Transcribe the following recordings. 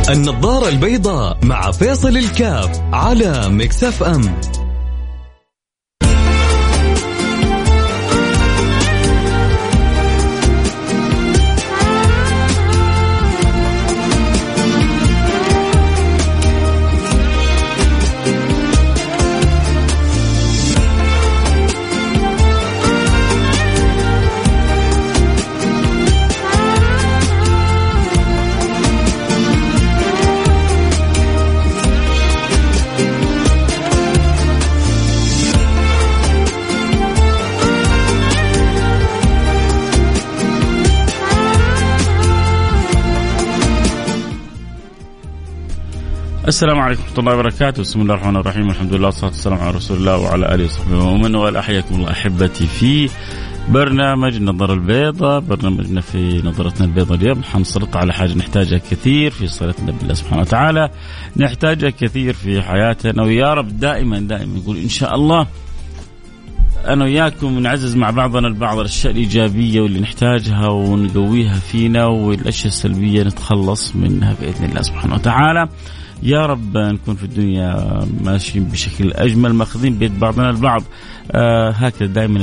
النظارة البيضاء مع فيصل الكاف على ميكس اف ام. السلام عليكم ورحمة الله وبركاته. بسم الله الرحمن الرحيم. الحمد لله والصلاة والسلام على رسول الله وعلى آله وصحبه ومن والاه. حياكم الله أحبتي في برنامج النظارة البيضاء. برنامجنا في نظرتنا البيضاء اليوم حنسلط على حاجة نحتاجها كثير في صلتنا بالله سبحانه وتعالى، نحتاجها كثير في حياتنا، ويا رب دائما نقول إن شاء الله أنا وياكم نعزز مع بعضنا البعض الأشياء الإيجابية واللي نحتاجها ونقويها فينا، والأشياء السلبية نتخلص منها بإذن الله سبحانه وتعالى. يا رب نكون في الدنيا ماشيين بشكل أجمل، ماخذين بيد بعضنا البعض. هكذا دائما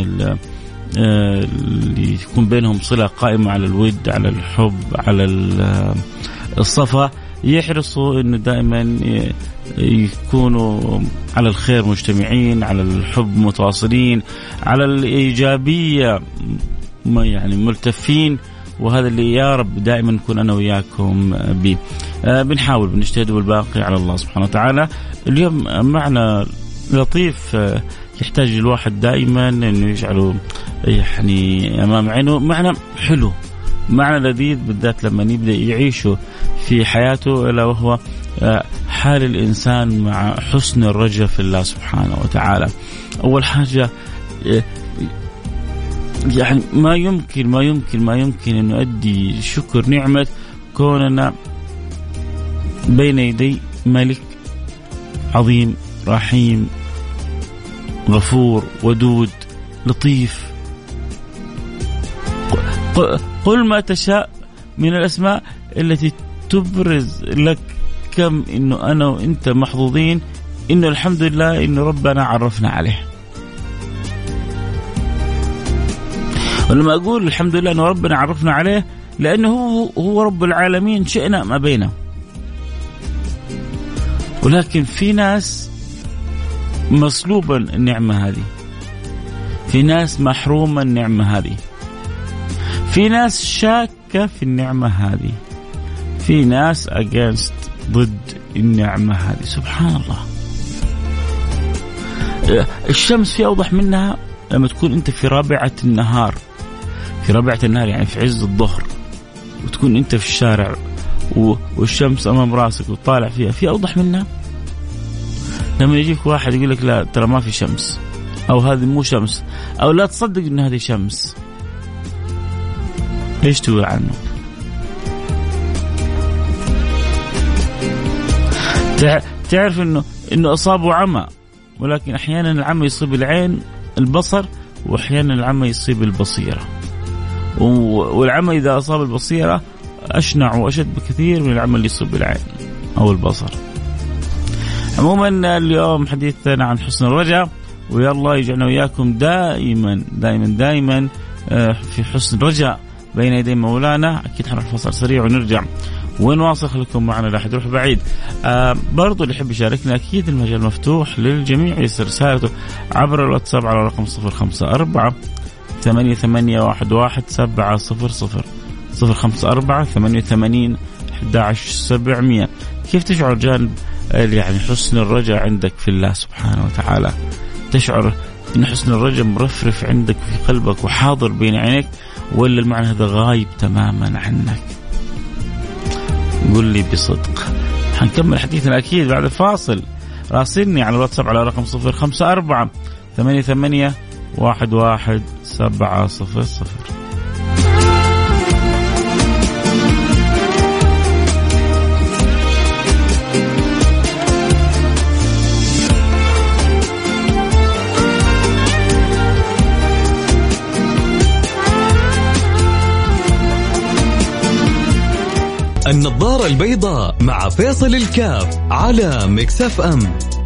اللي يكون بينهم صلة قائمة على الود، على الحب، على الصفا، يحرصوا إنه دائما يكونوا على الخير مجتمعين، على الحب متواصلين، على الإيجابية يعني ملتفين. وهذا اللي يا رب دائما نكون أنا وياكم به. بنحاول بنجتهد والباقي على الله سبحانه وتعالى. اليوم معنا لطيف يحتاج الواحد دائما إنه يجعله يعني أمام عينه. معنا حلو، معنا لذيذ، بالذات لما يبدأ يعيشه في حياته، إلا وهو حال الإنسان مع حسن الرجاء في الله سبحانه وتعالى. أول حاجة يعني ما يمكن أن نؤدي شكر نعمة كوننا بين يدي ملك عظيم رحيم غفور ودود لطيف. قل ما تشاء من الأسماء التي تبرز لك كم إنه أنا وإنت محظوظين، إنه الحمد لله إنه ربنا عرفنا عليه. ولما أقول الحمد لله أن ربنا عرفنا عليه، لأنه هو رب العالمين شئنا ما بينه. ولكن في ناس مسلوبا النعمة هذه، في ناس محرومة النعمة هذه، في ناس شاكة في النعمة هذه، في ناس ضد النعمة هذه. سبحان الله. الشمس في أوضح منها لما تكون أنت في رابعة النهار، يعني في عز الظهر، وتكون أنت في الشارع والشمس أمام راسك وطالع فيها. في أوضح منها لما يجيك واحد يقول لك لا ترى ما في شمس، أو هذه مو شمس، أو لا تصدق إن هذه شمس. إيش تقول عنه؟ تعرف إنه أصابه عمى، ولكن أحيانا العمى يصيب العين البصر، وأحيانا العمى يصيب البصيرة. والعمى إذا أصاب البصيرة أشنع وأشد بكثير من العمى اللي يصيب العين أو البصر. عموما اليوم حديثنا عن حسن الرجاء، ويلا يجعلنا وياكم دائما في حسن الرجاء بين يدي مولانا. أكيد حنروح فاصل سريع ونرجع ونواصل. خليكم معنا، لا أحد يروح بعيد. برضو اللي يحب يشاركنا أكيد المجال مفتوح للجميع، يرسل رسالته عبر الواتساب على رقم 0548811700 0548811700. كيف تشعر جانب يعني حسن الرجاء عندك في الله سبحانه وتعالى؟ تشعر إن حسن الرجاء مرفرف عندك في قلبك وحاضر بين عينيك، ولا المعنى هذا غايب تماما عنك؟ قل لي بصدق. حنكمل حديثنا أكيد بعد الفاصل. راسلني على الواتساب على رقم 0548811700. النظارة النظارة البيضاء مع فيصل الكاف على ميكس اف ام.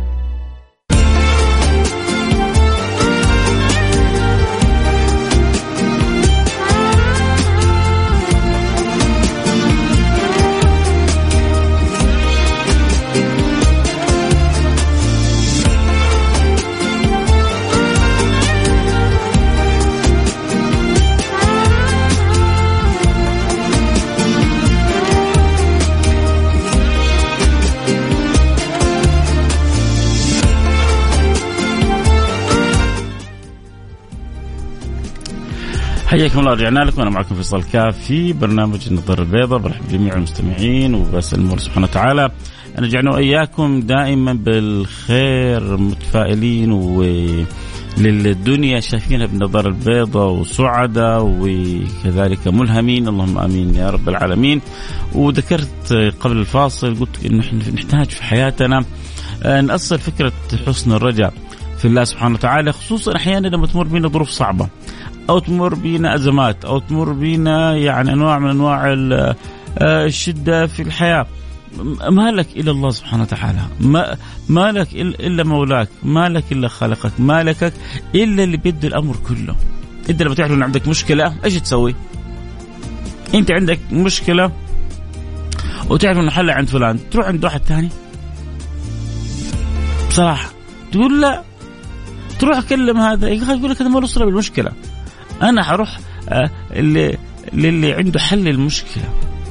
حياكم الله، رجعنا لكم. أنا معكم فيصل كاف في برنامج النظارة البيضاء. برحب بجميع المستمعين وبسأل الله سبحانه وتعالى أن يجعلنا وإياكم دائما بالخير، متفائلين وللدنيا شايفينها بالنظارة البيضاء وسعداء وكذلك ملهمين. اللهم آمين يا رب العالمين. وذكرت قبل الفاصل قلت إنه نحتاج في حياتنا نأصل فكرة حسن الرجاء في الله سبحانه وتعالى، خصوصا أحيانا لما تمر بنا ظروف صعبة أو تمر بينا أزمات أو تمر بينا يعني أنواع من أنواع الشدة في الحياة. ما لك إلا الله سبحانه وتعالى، ما لك إلا مولاك، ما لك إلا خالقك، ما لك إلا اللي بيد الأمر كله. أنت لما تعرف أن عندك مشكلة إيش تسوي؟ أنت عندك مشكلة وتعرف أن حلها عند فلان، تروح عند واحد ثاني بصراحة تقول لا، تروح أكلم هذا يقول لك هذا ما له صلة بالمشكلة، أنا حروح اللي عنده حل المشكلة.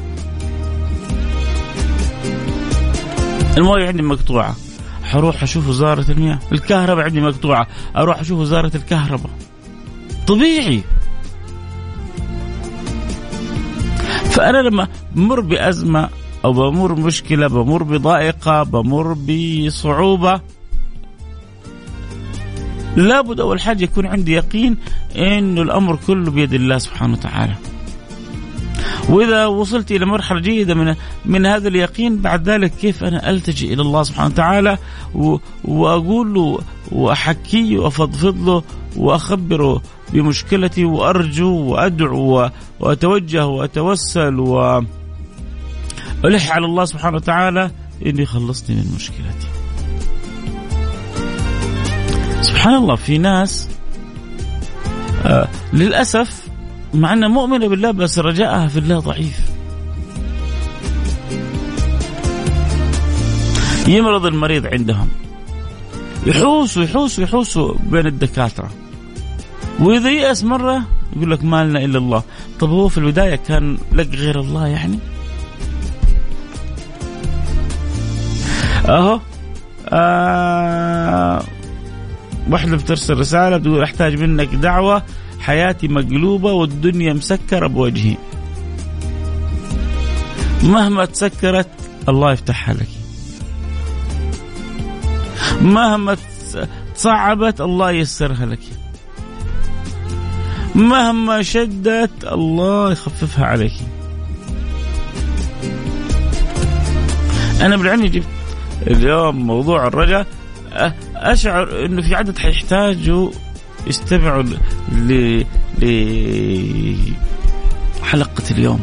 المويه عندي مقطوعة، حروح أشوف وزارة المياه. الكهرباء عندي مقطوعة، أروح أشوف وزارة الكهرباء. طبيعي. فأنا لما بمر بأزمة أو بمر بمشكلة، بمر بضائقة، بمر بصعوبة، لابد أول حاجة يكون عندي يقين إنه الأمر كله بيد الله سبحانه وتعالى. وإذا وصلت إلى مرحلة جيدة من هذا اليقين، بعد ذلك كيف أنا ألتجئ إلى الله سبحانه وتعالى وأقول له وأحكيه وأفضفض له وأخبره بمشكلتي وأرجو وأدعو وأتوجه وأتوسل وألح على الله سبحانه وتعالى إنه يخلصني من مشكلتي. سبحان الله، في ناس للأسف مع أنها مؤمنة بالله بس رجاءها في الله ضعيف. يمرض المريض عندهم، يحوسوا بين الدكاترة، وإذا يأس مرة يقول لك ما لنا إلا الله. طب هو في البداية كان لك غير الله يعني؟ أهو واحدة بترسل رسالة بتقول أحتاج منك دعوة، حياتي مقلوبة والدنيا مسكرة بوجهي، مهما تسكرت الله يفتحها لك، مهما تصعبت الله ييسرها لك، مهما شدت الله يخففها عليك. أنا بالعني جبت اليوم موضوع الرجاء، أشعر أنه في عدد حيحتاجوا يستمعوا لحلقة اليوم.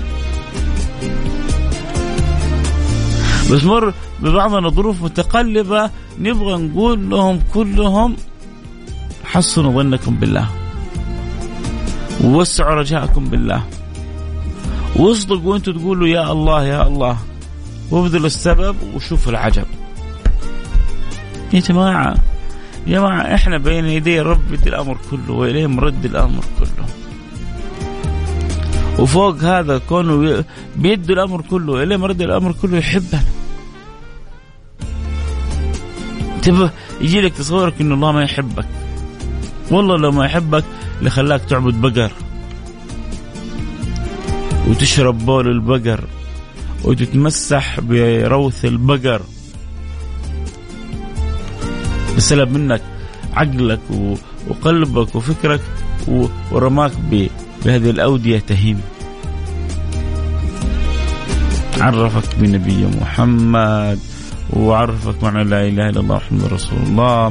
بس مر ببعضنا ظروف متقلبة، نبغى نقول لهم كلهم حسنوا ظنكم بالله، ووسعوا رجاءكم بالله، واصدقوا وانتوا تقولوا يا الله يا الله، وابذلوا السبب وشوفوا العجب. يا جماعة احنا بين يدي رب الأمر كله وإليه مرد الأمر كله، وفوق هذا كونه بيد الأمر كله وإليه مرد الأمر كله يحبنا. تبى يجي لك تصورك إنه الله ما يحبك، والله لو ما يحبك لخلاك تعبد بقر وتشرب بول البقر وتتمسح بروث البقر، بسلب منك عقلك وقلبك وفكرك ورماك بهذه الأودية تهيم. عرفك بنبي محمد، وعرفك معنى لا إله إلا الله محمد رسول الله،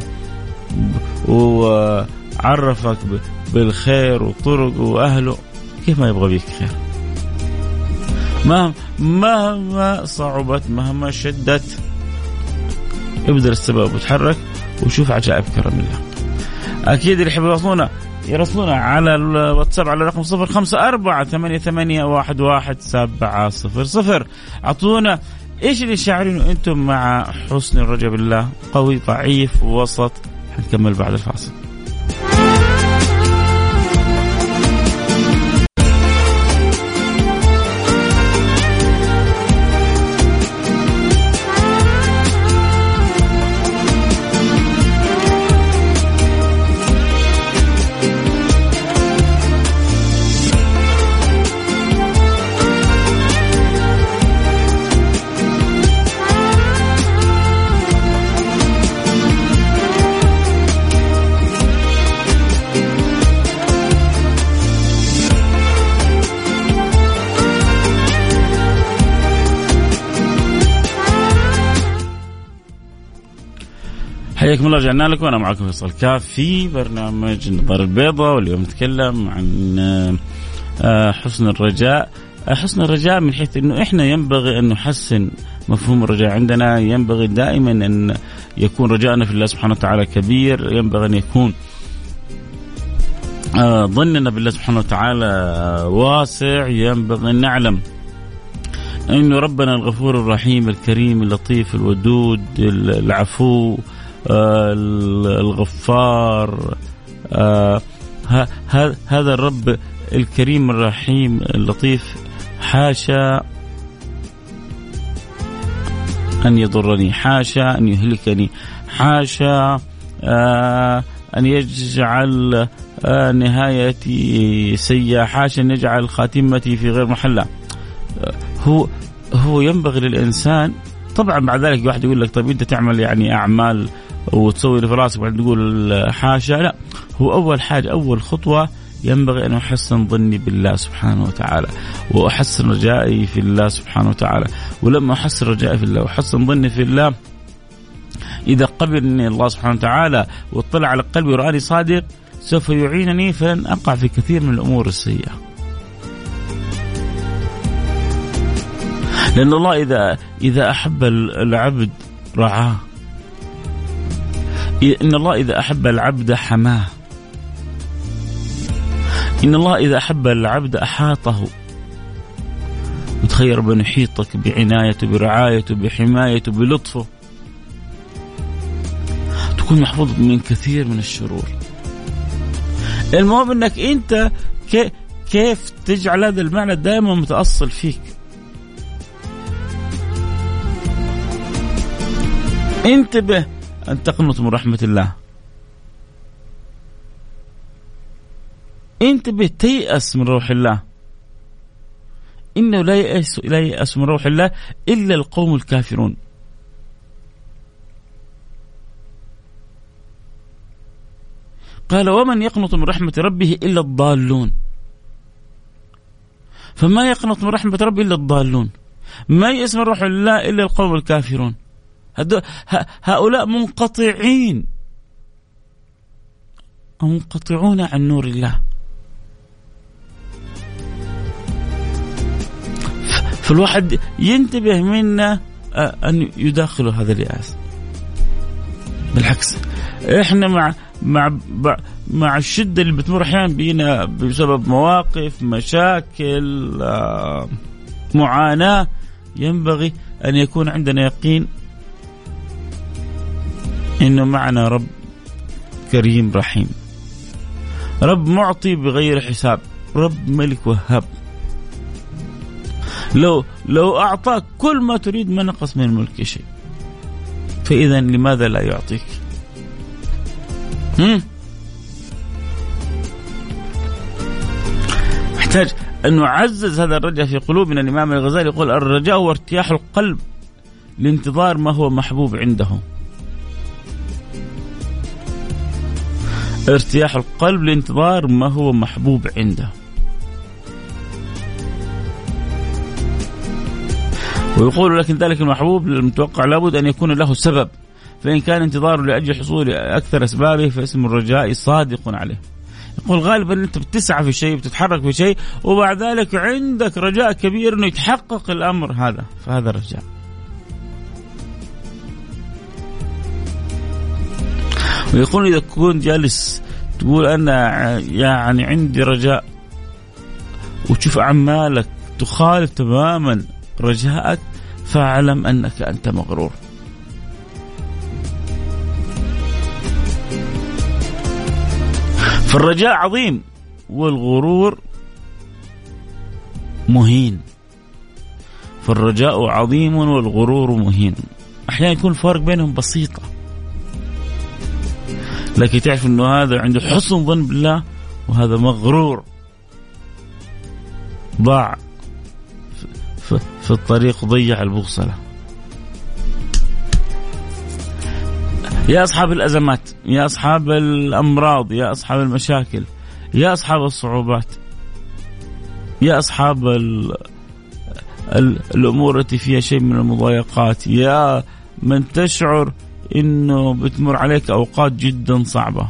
وعرفك بالخير وطرق وأهله. كيف ما يبغى بيك خير؟ مهما صعبت مهما شدت ابذل السبب وتحرك وشوف عجائب كرم الله. أكيد اللي يحب يرسلونا على الواتساب على رقم 0548811700. أعطونا إيش اللي شاعرين أنتم مع حسن الرجاء بالله، قوي ضعيف وسط. حنكمل بعد الفاصل. حياكم الله، رجعنا لكم. أنا معكم فيصل كاف في برنامج النظارة البيضاء، واليوم نتكلم عن حسن الرجاء. حسن الرجاء من حيث أنه إحنا ينبغي أن نحسن مفهوم الرجاء عندنا. ينبغي دائما أن يكون رجاءنا في الله سبحانه وتعالى كبير. ينبغي أن يكون ظننا بالله سبحانه وتعالى واسع. ينبغي أن نعلم أنه ربنا الغفور الرحيم الكريم اللطيف الودود العفو الغفار. هذا الرب الكريم الرحيم اللطيف حاشا أن يضرني، حاشا أن يهلكني، حاشا أن يجعل نهايتي سيئة، حاشا أن يجعل خاتمتي في غير محلة. هو ينبغي للإنسان. طبعا بعد ذلك واحد يقول لك طيب أنت تعمل يعني أعمال وتسوي اللي في راسك وبعد تقول حاشا. لا، هو أول حاجة أول خطوة ينبغي أن أحسن ظني بالله سبحانه وتعالى وأحسن رجائي في الله سبحانه وتعالى. ولما أحسن رجائي في الله وأحسن ظني في الله، إذا قبلني الله سبحانه وتعالى واطلع على قلبي ورآني صادق سوف يعينني فلن أقع في كثير من الأمور السيئة. لأن الله إذا أحب العبد رعاه، إن الله إذا أحب العبد حماه، إن الله إذا أحب العبد أحاطه. وتخير بأن يحيطك بعنايته برعايته بحمايته بلطفه، تكون محفوظ من كثير من الشرور. المهم أنك أنت كيف تجعل هذا المعنى دائما متأصل فيك. انتبه أن تقنط من رحمة الله، انتبه تيأس من روح الله. إنه لا يأس من روح الله إلا القوم الكافرون. قال ومن يقنط من رحمة ربه إلا الضالون. فما يقنط من رحمة ربه إلا الضالون. ما يأس من روح الله إلا القوم الكافرون. هؤلاء منقطعون عن نور الله. فالواحد ينتبه منا أن يداخل هذا اليأس. بالعكس إحنا مع الشدة اللي بتمر أحيانا بينا بسبب مواقف مشاكل معاناة، ينبغي أن يكون عندنا يقين إنه معنا رب كريم رحيم، رب معطي بغير حساب، رب ملك وهاب. لو أعطاك كل ما تريد ما نقص من الملك شيء، فإذا لماذا لا يعطيك؟ محتاج أن نعزز هذا الرجاء في قلوبنا. الإمام الغزالي يقول الرجاء هو ارتياح القلب لانتظار ما هو محبوب عنده. ارتياح القلب لانتظار ما هو محبوب عنده. ويقول لكن ذلك المحبوب المتوقع لابد أن يكون له سبب، فإن كان انتظاره لأجل حصول أكثر أسبابه فاسم الرجاء صادق عليه. يقول غالبا أنت بتسعى في شيء، بتتحرك في شيء، وبعد ذلك عندك رجاء كبير أنه يتحقق الأمر هذا، فهذا رجاء. ويقول إذا كنت جالس تقول أنا يعني عندي رجاء وتشوف أعمالك تخالف تماما رجاءك، فاعلم أنك أنت مغرور. فالرجاء عظيم والغرور مهين. فالرجاء عظيم والغرور مهين. أحيانا يكون الفرق بينهم بسيطة، لكن تعرف أنه هذا عنده حسن ظن بالله وهذا مغرور، ضاع في الطريق، ضيع البوصلة. يا أصحاب الأزمات، يا أصحاب الأمراض، يا أصحاب المشاكل، يا أصحاب الصعوبات، يا أصحاب الأمور التي فيها شيء من المضايقات، يا من تشعر إنه بتمر عليك أوقات جدا صعبة،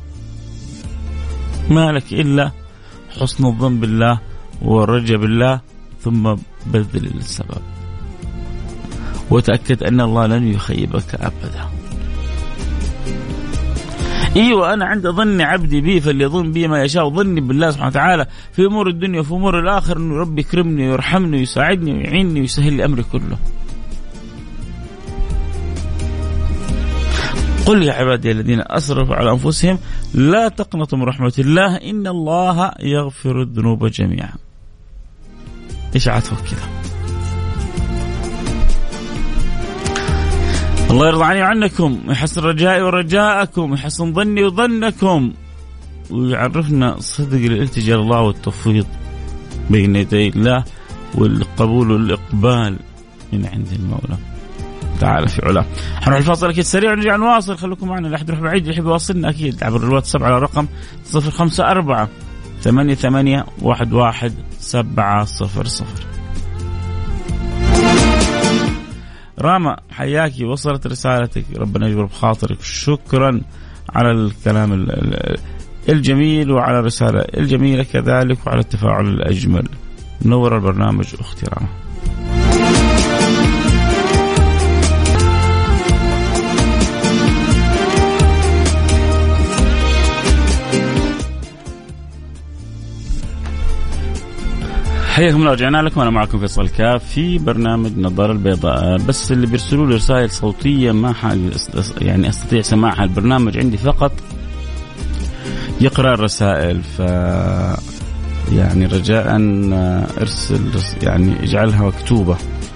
ما لك إلا حسن الظن بالله والرجاء بالله، ثم بذل السبب وتأكد أن الله لن يخيبك أبدا. ايوه انا عند ظن عبدي بي فليظن بي ما يشاء. ظني بالله سبحانه وتعالى في امور الدنيا وفي امور الاخره انه ربي يكرمني ويرحمني ويساعدني ويعيني ويسهل لي امري كله. قل يا عبادي الذين اسرفوا على انفسهم لا تقنطوا من رحمه الله ان الله يغفر الذنوب جميعا. ايش عاتفك كذا؟ الله يرضى عني وعنكم، يحسن رجائي ورجاءكم، يحسن ظني وظنكم، ويعرفنا صدق الالتجاء لله والتفويض بين يدي الله والقبول والإقبال من عند المولى تعالى في علاه. حنروح الفاصل أكيد سريع ونرجع نواصل. خليكم معنا، لا أحد يروح بعيد، يحب يواصلنا أكيد عبر الواتساب على رقم 0548811700. راما حياكي، وصلت رسالتك، ربنا يجبر بخاطرك. شكرا على الكلام الجميل وعلى الرسالة الجميلة كذلك وعلى التفاعل الأجمل. نور البرنامج أختي راما. حياكم الله، رجعنا لكم. أنا معكم فيصل كاف في برنامج نظارة البيضاء. بس اللي بيرسلوا لي رسائل صوتية ما يعني أستطيع سماعها، البرنامج عندي فقط يقرأ الرسائل، ف يعني رجاء ارسل يعني اجعلها مكتوبة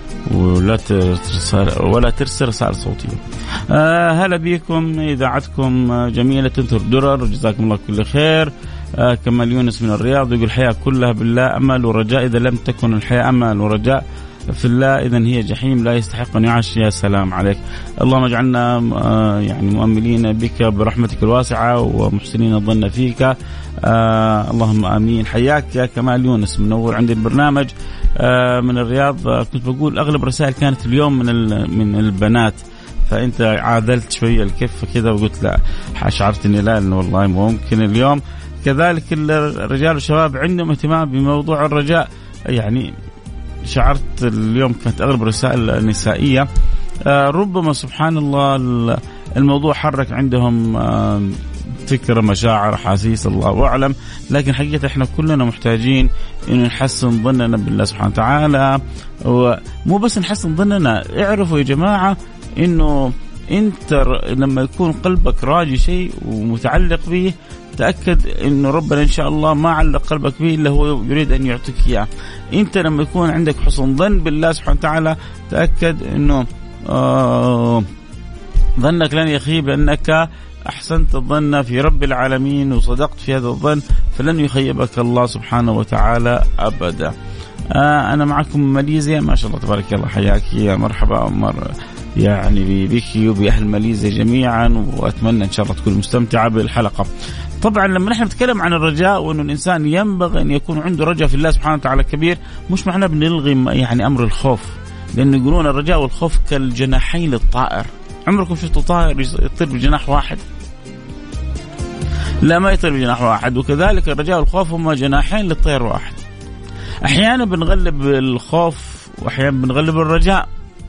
ولا ترسل رسائل صوتية. هلا بكم، إذاعتكم جميلة تنثر درر، جزاكم الله كل خير. كمال يونس من الرياض يقول الحياة كلها بالله أمل ورجاء، إذا لم تكن الحياة أمل ورجاء في الله إذن هي جحيم لا يستحق أن يعيش. يا سلام عليك، اللهم اجعلنا يعني مؤملين بك برحمتك الواسعة ومحسنين الظن فيك، اللهم آمين. حياك يا كمال يونس، منور عندي البرنامج من الرياض. كنت بقول أغلب رسائل كانت اليوم من البنات، فأنت عادلت شوية الكفة كذا وقلت لا، شعرت إني لا إنه والله ممكن اليوم. كذلك الرجال والشباب عندهم اهتمام بموضوع الرجاء، يعني شعرت اليوم كانت أغلب رسائل نسائية. ربما سبحان الله الموضوع حرك عندهم فكرة مشاعر حاسيس الله أعلم، لكن حقيقة احنا كلنا محتاجين إنه نحسن ظننا بالله سبحانه وتعالى. ومو بس نحسن ظننا، اعرفوا يا جماعة إنه انت لما يكون قلبك راجي شيء ومتعلق به، تأكد إنه ربنا إن شاء الله ما علق قلبك به إلا هو يريد أن يعطيك إياه. أنت لما يكون عندك حسن ظن بالله سبحانه وتعالى، تأكد إنه ظنك لن يخيب، لأنك أحسنت الظن في رب العالمين وصدقت في هذا الظن، فلن يخيبك الله سبحانه وتعالى أبدا. أنا معكم ماليزيا، ما شاء الله تبارك الله، حياك يا مرحبا يعني بك وبأهل ماليزيا جميعا، وأتمنى إن شاء الله تكون مستمتعة بالحلقة. طبعا لما نحن نتكلم عن الرجاء وأنه الإنسان ينبغي أن يكون عنده رجاء في الله سبحانه وتعالى كبير، مش معناه بنلغي يعني أمر الخوف، لأنه يقولون الرجاء والخوف كالجناحين للطائر. عمركم شفتوا طائر يطير بجناح واحد؟ لا ما يطير بجناح واحد. وكذلك الرجاء والخوف هما جناحين للطير واحد. أحيانا بنغلب الخوف وأحيانا بنغلب الرجاء،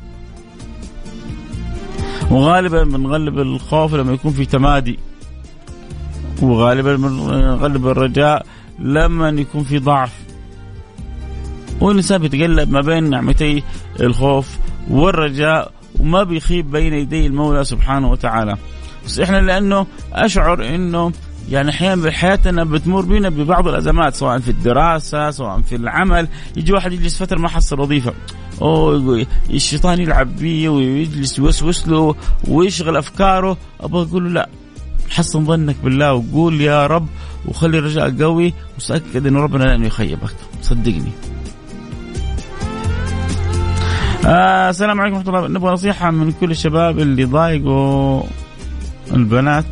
وغالبا بنغلب الخوف لما يكون في تمادي، وغالبا بنغلب الرجاء لما يكون في ضعف. والإنسان بيتقلب ما بين نعمتي الخوف والرجاء وما بيخيب بين يدي المولى سبحانه وتعالى. بس إحنا لأنه أشعر إنه يعني أحيانا بحياتنا بتمر بينا ببعض الأزمات، سواء في الدراسة سواء في العمل، يجي واحد يجلس فترة ما حصل وظيفة، الشيطان يلعب بيه ويجلس يوسوس له ويشغل أفكاره. أبغى أقول له لا، حسن ظنك بالله وقول يا رب وخلي الرجاء قوي، وتأكد إنه ربنا لن يخيبك، صدقني. السلام عليكم ورحمة الله. نبغى نصيحة من كل الشباب اللي ضايقوا البنات.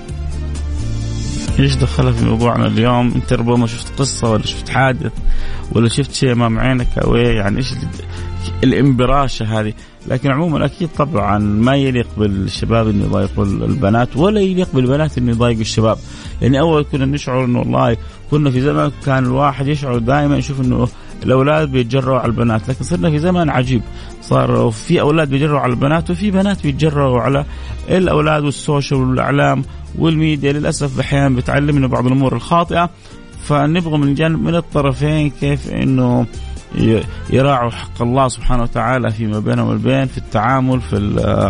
ايش دخلها في موضوعنا اليوم؟ انت ربما شفت قصة ولا شفت حادث ولا شفت شيء امام عينك او يعني ايش الانبراشة هذه؟ لكن عموما اكيد طبعا ما يليق بالشباب انه يضايقوا البنات، ولا يليق بالبنات انه يضايقوا الشباب. يعني اول كنا نشعر انه والله كنا في زمان كان الواحد يشعر دائما يشوف انه الاولاد بيتجرؤوا على البنات، لكن صرنا في زمان عجيب، صار في اولاد بيتجرؤوا على البنات وفي بنات بيتجرؤوا على الاولاد، والسوشيال والاعلام والميديا للاسف احيانا بتعلمنا بعض الامور الخاطئه. فنبغى من جانب من الطرفين كيف انه يراعوا حق الله سبحانه وتعالى فيما بينهم والبين في التعامل، في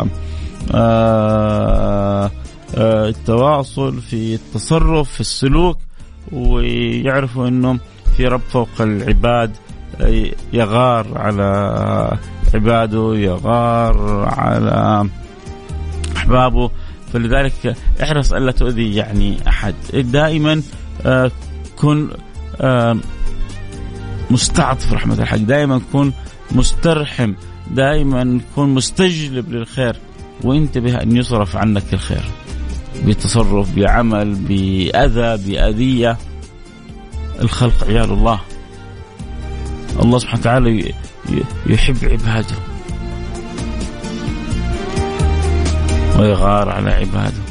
التواصل، في التصرف، في السلوك، ويعرفوا انه في رب فوق العباد يغار على عباده، يغار على أحبابه. فلذلك احرص ألا تؤذي يعني أحد. دائما كن مستعطف رحمة الحق، دائما كن مسترحم، دائما كن مستجلب للخير، وانتبه أن يصرف عنك الخير بتصرف، بعمل، بأذى، بأذية. الخلق عيال الله، الله سبحانه وتعالى يحب عباده ويغار على عباده.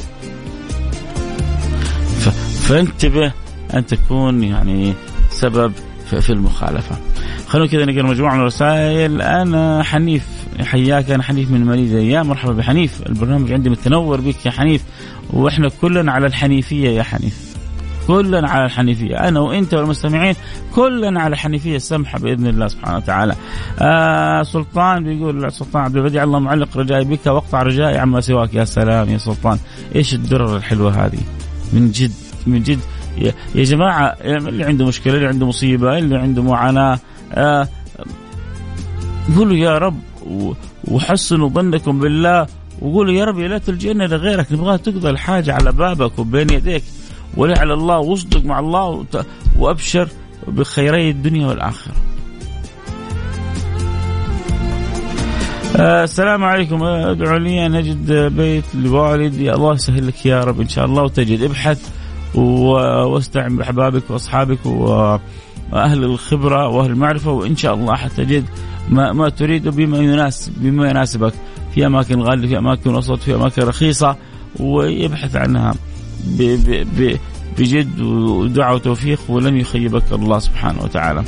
فانتبه أن تكون يعني سبب في المخالفة. خلونا كذا نقرأ مجموعة من الرسائل. أنا حنيف، حياك، أنا حنيف من ماليزيا. يا مرحبا بحنيف، البرنامج عندي متنور بك يا حنيف، وإحنا كلنا على الحنيفية يا حنيف، كلنا على الحنيفية، أنا وإنت والمستمعين كلنا على الحنيفية السمحة بإذن الله سبحانه وتعالى. سلطان بيقول، سلطان عبد البديع، الله معلق رجائي بك واقطع رجائي عما سواك. يا سلام يا سلطان، إيش الدرر الحلوة هذه من جد من جد. يا جماعة اللي عنده مشكلة، اللي عنده مصيبة، اللي عنده معاناة، قولوا يا رب وحسنوا ظنكم بالله، وقولوا يا رب لا تلجئنا لغيرك، نبغى تقضى الحاجة على بابك وبين يديك، ولي على الله، واصدق مع الله وأبشر بخيري الدنيا والآخرة. السلام عليكم، ادعوا لي أن أجد بيت لوالدي. الله يسهل لك يا رب إن شاء الله وتجد. ابحث واستعن بأحبابك وأصحابك وأهل الخبرة وأهل المعرفة، وإن شاء الله حتجد ما تريد بما يناسبك، في أماكن غالية، في أماكن وسط، في أماكن رخيصة، ويبحث عنها بجد ودعاء وتوفيق، ولن يخيبك الله سبحانه وتعالى.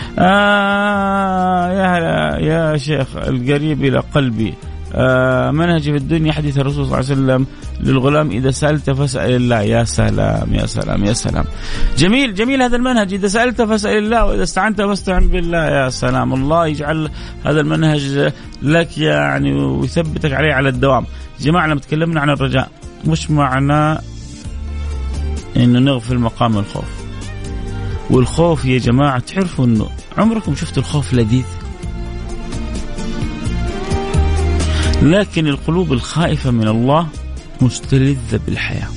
يا شيخ القريب إلى قلبي، منهجي في الدنيا حديث الرسول صلى الله عليه وسلم للغلام إذا سألت فاسأل الله. يا سلام يا سلام يا سلام، جميل جميل هذا المنهج. إذا سألت فاسأل الله، وإذا استعنت فاستعن بالله. يا سلام، الله يجعل هذا المنهج لك يعني ويثبتك عليه على الدوام. جماعة لما تكلمنا عن الرجاء، مش معنى إنه نغفل مقام الخوف. والخوف يا جماعة تعرفوا إنه عمركم شفتوا الخوف لذيذ؟ لكن القلوب الخائفة من الله مستلذة بالحياة،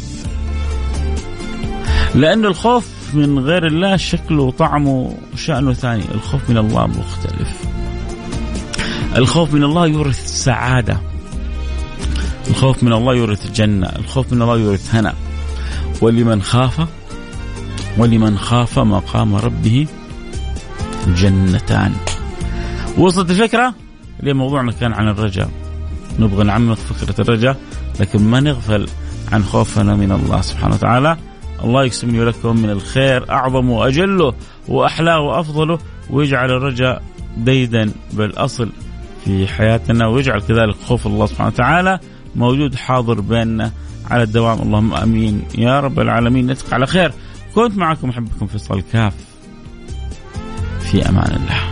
لأن الخوف من غير الله شكله وطعمه وشأنه ثاني. الخوف من الله مختلف. الخوف من الله يورث السعادة، الخوف من الله يورث الجنة، الخوف من الله يورث هنا. ولمن خاف مقام ربه جنتان. وصلت الفكرة؟ ليه موضوعنا كان عن الرجاء، نبغى نعمق فكرة الرجاء، لكن ما نغفل عن خوفنا من الله سبحانه وتعالى. الله يقسم لكم من الخير أعظم وأجله وأحلاه وأفضله، ويجعل الرجاء ديدا بالأصل في حياتنا، ويجعل كذلك خوف الله سبحانه وتعالى موجود حاضر بيننا على الدوام. اللهم آمين يا رب العالمين. نتقى على خير. كنت معكم أحبكم فيصل الكاف، في أمان الله.